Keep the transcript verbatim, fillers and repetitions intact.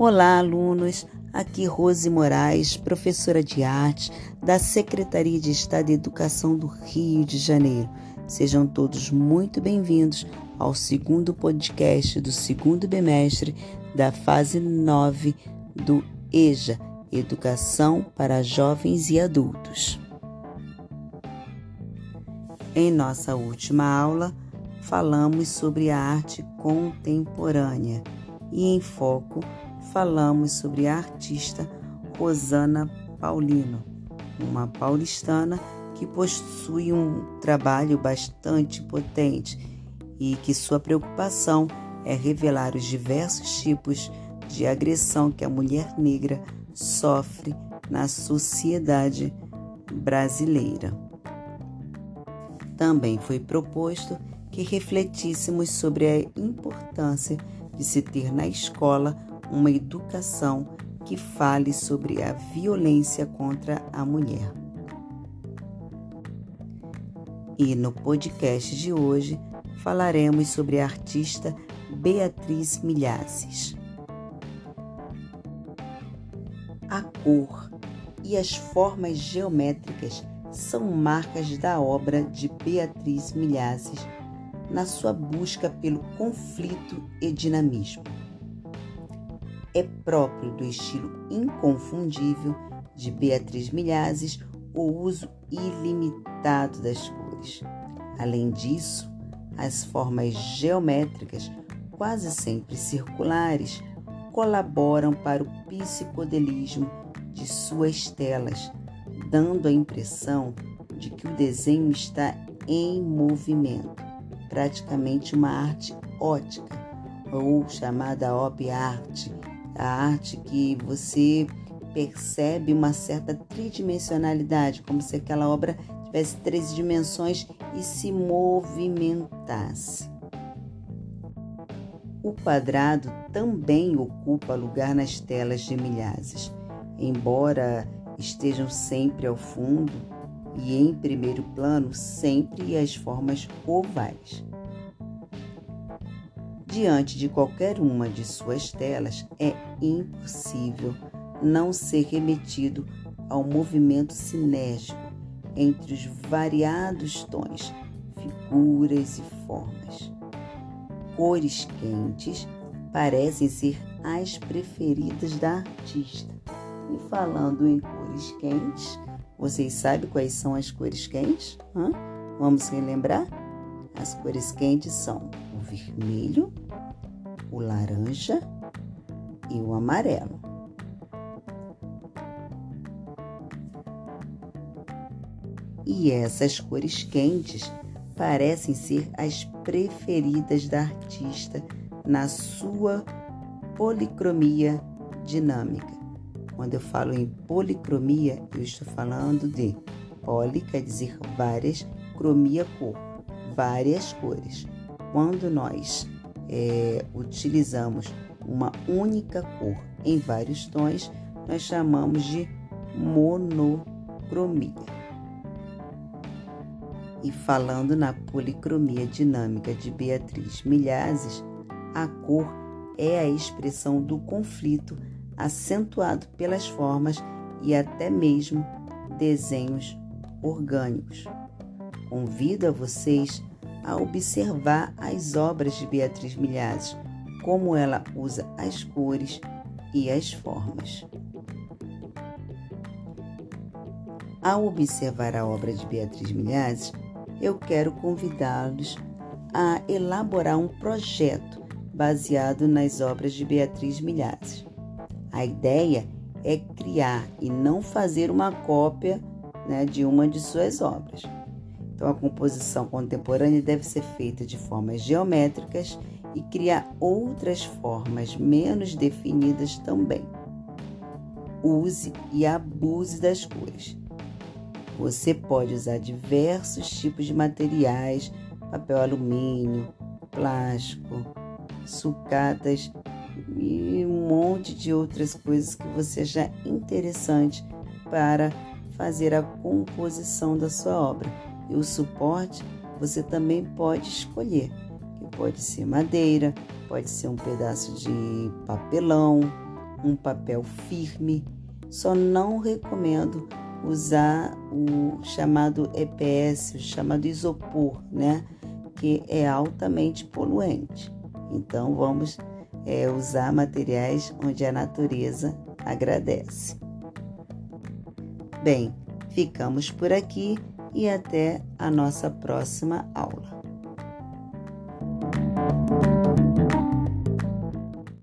Olá, alunos! Aqui Rose Moraes, professora de arte da Secretaria de Estado de Educação do Rio de Janeiro. Sejam todos muito bem-vindos ao segundo podcast do segundo bimestre da fase nove do E J A, Educação para Jovens e Adultos. Em nossa última aula, falamos sobre a arte contemporânea e, em foco, falamos sobre a artista Rosana Paulino, uma paulistana que possui um trabalho bastante potente e que sua preocupação é revelar os diversos tipos de agressão que a mulher negra sofre na sociedade brasileira. Também foi proposto que refletíssemos sobre a importância de se ter na escola uma educação que fale sobre a violência contra a mulher. E no podcast de hoje falaremos sobre a artista Beatriz Milhazes. A cor e as formas geométricas são marcas da obra de Beatriz Milhazes na sua busca pelo conflito e dinamismo. É próprio do estilo inconfundível de Beatriz Milhazes o uso ilimitado das cores. Além disso, as formas geométricas, quase sempre circulares, colaboram para o psicodelismo de suas telas, dando a impressão de que o desenho está em movimento, praticamente uma arte ótica, ou chamada op art, a arte que você percebe uma certa tridimensionalidade, como se aquela obra tivesse três dimensões e se movimentasse. O quadrado também ocupa lugar nas telas de Milhazes, embora estejam sempre ao fundo e em primeiro plano sempre as formas ovais. Diante de qualquer uma de suas telas, é impossível não ser remetido ao movimento sinérgico entre os variados tons, figuras e formas. Cores quentes parecem ser as preferidas da artista. E falando em cores quentes, vocês sabem quais são as cores quentes? Hã? Vamos relembrar? As cores quentes são o vermelho, o laranja e o amarelo. E essas cores quentes parecem ser as preferidas da artista na sua policromia dinâmica. Quando eu falo em policromia, eu estou falando de poli, quer dizer várias, cromia, cor, várias cores. Quando nós é, utilizamos uma única cor em vários tons, nós chamamos de monocromia. E falando na policromia dinâmica de Beatriz Milhazes, a cor é a expressão do conflito acentuado pelas formas e até mesmo desenhos orgânicos. Convido a vocês a observar as obras de Beatriz Milhazes, como ela usa as cores e as formas. Ao observar a obra de Beatriz Milhazes, eu quero convidá-los a elaborar um projeto baseado nas obras de Beatriz Milhazes. A ideia é criar e não fazer uma cópia, né, de uma de suas obras. Então, a composição contemporânea deve ser feita de formas geométricas e criar outras formas menos definidas também. Use e abuse das cores. Você pode usar diversos tipos de materiais, papel alumínio, plástico, sucatas e um monte de outras coisas que você achar interessante para fazer a composição da sua obra. E o suporte você também pode escolher, que pode ser madeira, pode ser um pedaço de papelão, um papel firme. Só não recomendo usar o chamado E P S, o chamado isopor, né? Que é altamente poluente. Então, vamos é, usar materiais onde a natureza agradece. Bem, ficamos por aqui e até a nossa próxima aula.